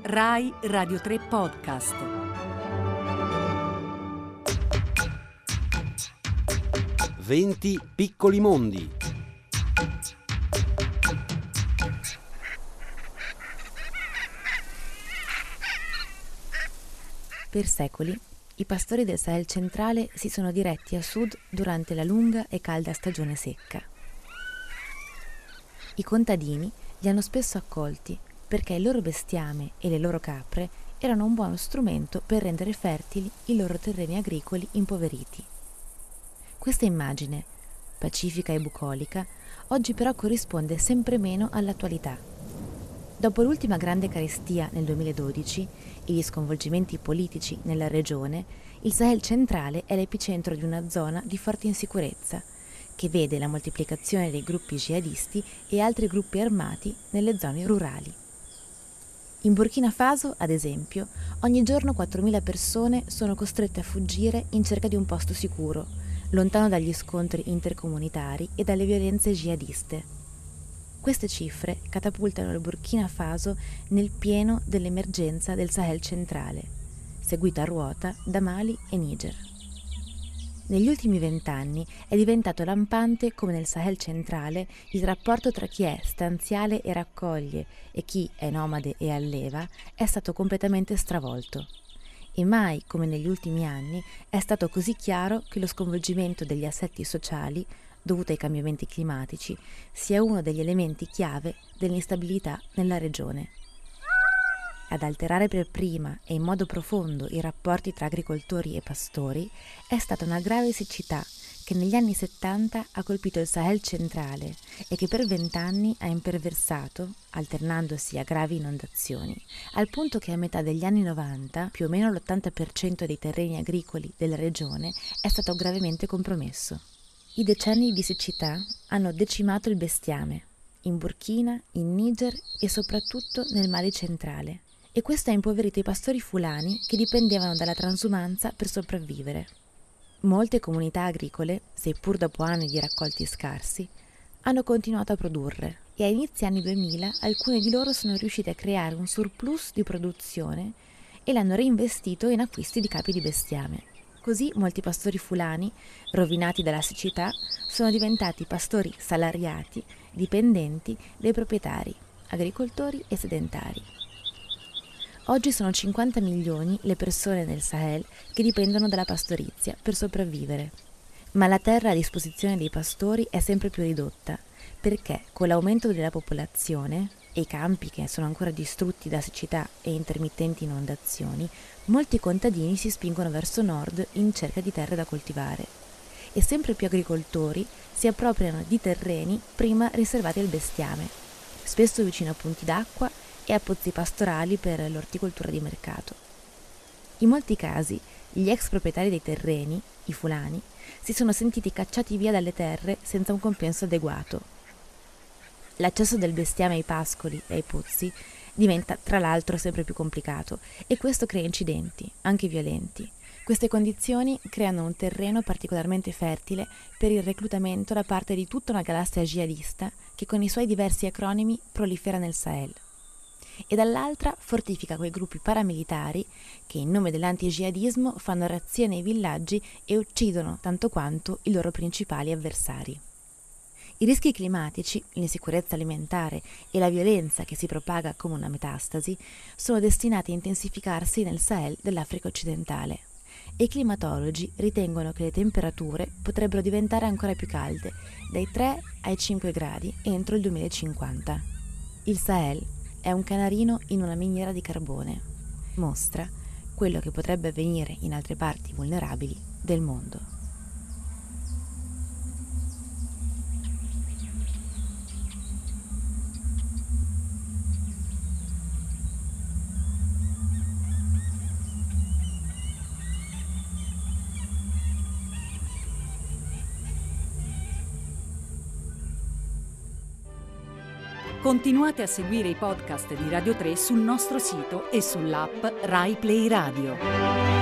Rai Radio 3 Podcast. Venti piccoli mondi. Per secoli, i pastori del Sahel centrale si sono diretti a sud durante la lunga e calda stagione secca. I contadini li hanno spesso accolti perché il loro bestiame e le loro capre erano un buono strumento per rendere fertili i loro terreni agricoli impoveriti. Questa immagine, pacifica e bucolica, oggi però corrisponde sempre meno all'attualità. Dopo l'ultima grande carestia nel 2012 e gli sconvolgimenti politici nella regione, il Sahel centrale è l'epicentro di una zona di forte insicurezza, che vede la moltiplicazione dei gruppi jihadisti e altri gruppi armati nelle zone rurali. In Burkina Faso, ad esempio, ogni giorno 4.000 persone sono costrette a fuggire in cerca di un posto sicuro, lontano dagli scontri intercomunitari e dalle violenze jihadiste. Queste cifre catapultano il Burkina Faso nel pieno dell'emergenza del Sahel centrale, seguita a ruota da Mali e Niger. Negli ultimi 20 anni è diventato lampante come nel Sahel centrale il rapporto tra chi è stanziale e raccoglie e chi è nomade e alleva è stato completamente stravolto. E mai, come negli ultimi anni, è stato così chiaro che lo sconvolgimento degli assetti sociali, dovuto ai cambiamenti climatici, sia uno degli elementi chiave dell'instabilità nella regione. Ad alterare per prima e in modo profondo i rapporti tra agricoltori e pastori è stata una grave siccità che negli anni 70 ha colpito il Sahel centrale e che per 20 anni ha imperversato, alternandosi a gravi inondazioni, al punto che a metà degli anni 90 più o meno l'80% dei terreni agricoli della regione è stato gravemente compromesso. I decenni di siccità hanno decimato il bestiame, in Burkina, in Niger e soprattutto nel Mali centrale. E questo ha impoverito i pastori fulani che dipendevano dalla transumanza per sopravvivere. Molte comunità agricole, seppur dopo anni di raccolti scarsi, hanno continuato a produrre e a inizi anni 2000 alcune di loro sono riuscite a creare un surplus di produzione e l'hanno reinvestito in acquisti di capi di bestiame. Così molti pastori fulani, rovinati dalla siccità, sono diventati pastori salariati, dipendenti dai proprietari, agricoltori e sedentari. Oggi sono 50 milioni le persone nel Sahel che dipendono dalla pastorizia per sopravvivere. Ma la terra a disposizione dei pastori è sempre più ridotta, perché con l'aumento della popolazione e i campi che sono ancora distrutti da siccità e intermittenti inondazioni, molti contadini si spingono verso nord in cerca di terre da coltivare. E sempre più agricoltori si appropriano di terreni prima riservati al bestiame, spesso vicino a punti d'acqua e a pozzi pastorali per l'orticoltura di mercato. In molti casi, gli ex proprietari dei terreni, i fulani, si sono sentiti cacciati via dalle terre senza un compenso adeguato. L'accesso del bestiame ai pascoli e ai pozzi diventa tra l'altro sempre più complicato e questo crea incidenti, anche violenti. Queste condizioni creano un terreno particolarmente fertile per il reclutamento da parte di tutta una galassia jihadista che con i suoi diversi acronimi prolifera nel Sahel. E dall'altra fortifica quei gruppi paramilitari che in nome dell'anti-jihadismo fanno razzie nei villaggi e uccidono tanto quanto i loro principali avversari. I rischi climatici, l'insicurezza alimentare e la violenza che si propaga come una metastasi sono destinati a intensificarsi nel Sahel dell'Africa occidentale e i climatologi ritengono che le temperature potrebbero diventare ancora più calde, dai 3 ai 5 gradi entro il 2050. Il Sahel è un canarino in una miniera di carbone. Mostra quello che potrebbe avvenire in altre parti vulnerabili del mondo. Continuate a seguire i podcast di Radio 3 sul nostro sito e sull'app Rai Play Radio.